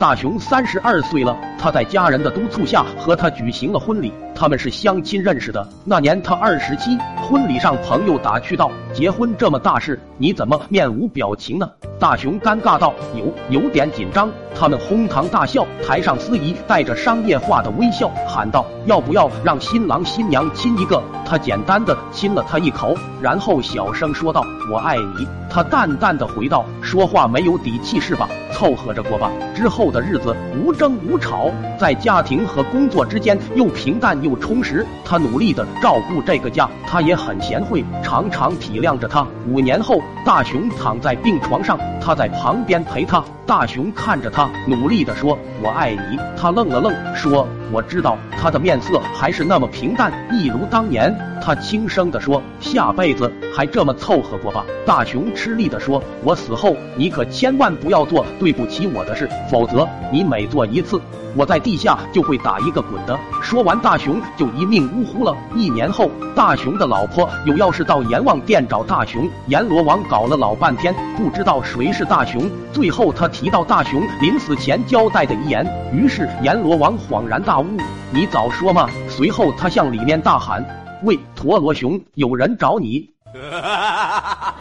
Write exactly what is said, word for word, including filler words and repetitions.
大雄三十二岁了，他在家人的督促下和他举行了婚礼。他们是相亲认识的，那年他二十七。婚礼上，朋友打趣道：“结婚这么大事，你怎么面无表情呢？”大雄尴尬道：“有有点紧张。”他们哄堂大笑，台上司仪带着商业化的微笑喊道：“要不要让新郎新娘亲一个？”他简单的亲了他一口，然后小声说道：“我爱你。”他淡淡的回道：“说话没有底气是吧？凑合着过吧。”之后的日子无争无吵，在家庭和工作之间又平淡又充实。他努力的照顾这个家，他也很贤惠，常常体谅着他。五年后，大雄躺在病床上，他在旁边陪他。大雄看着他，努力地说：“我爱你。”他愣了愣，说：“我知道。”他的面色还是那么平淡，一如当年。他轻声地说：“下辈子还这么凑合过吧。”大雄吃力地说：“我死后，你可千万不要做对不起我的事，否则你每做一次，我在地下就会打一个滚的。”说完，大雄就一命呜呼了。一年后，大雄的老婆有要事到阎王殿找大雄，阎罗王搞了老半天，不知道谁是大雄。最后他提到大雄临死前交代的遗言，于是阎罗王恍然大悟：“你早说嘛！”随后他向里面大喊：“喂，陀螺熊，有人找你。”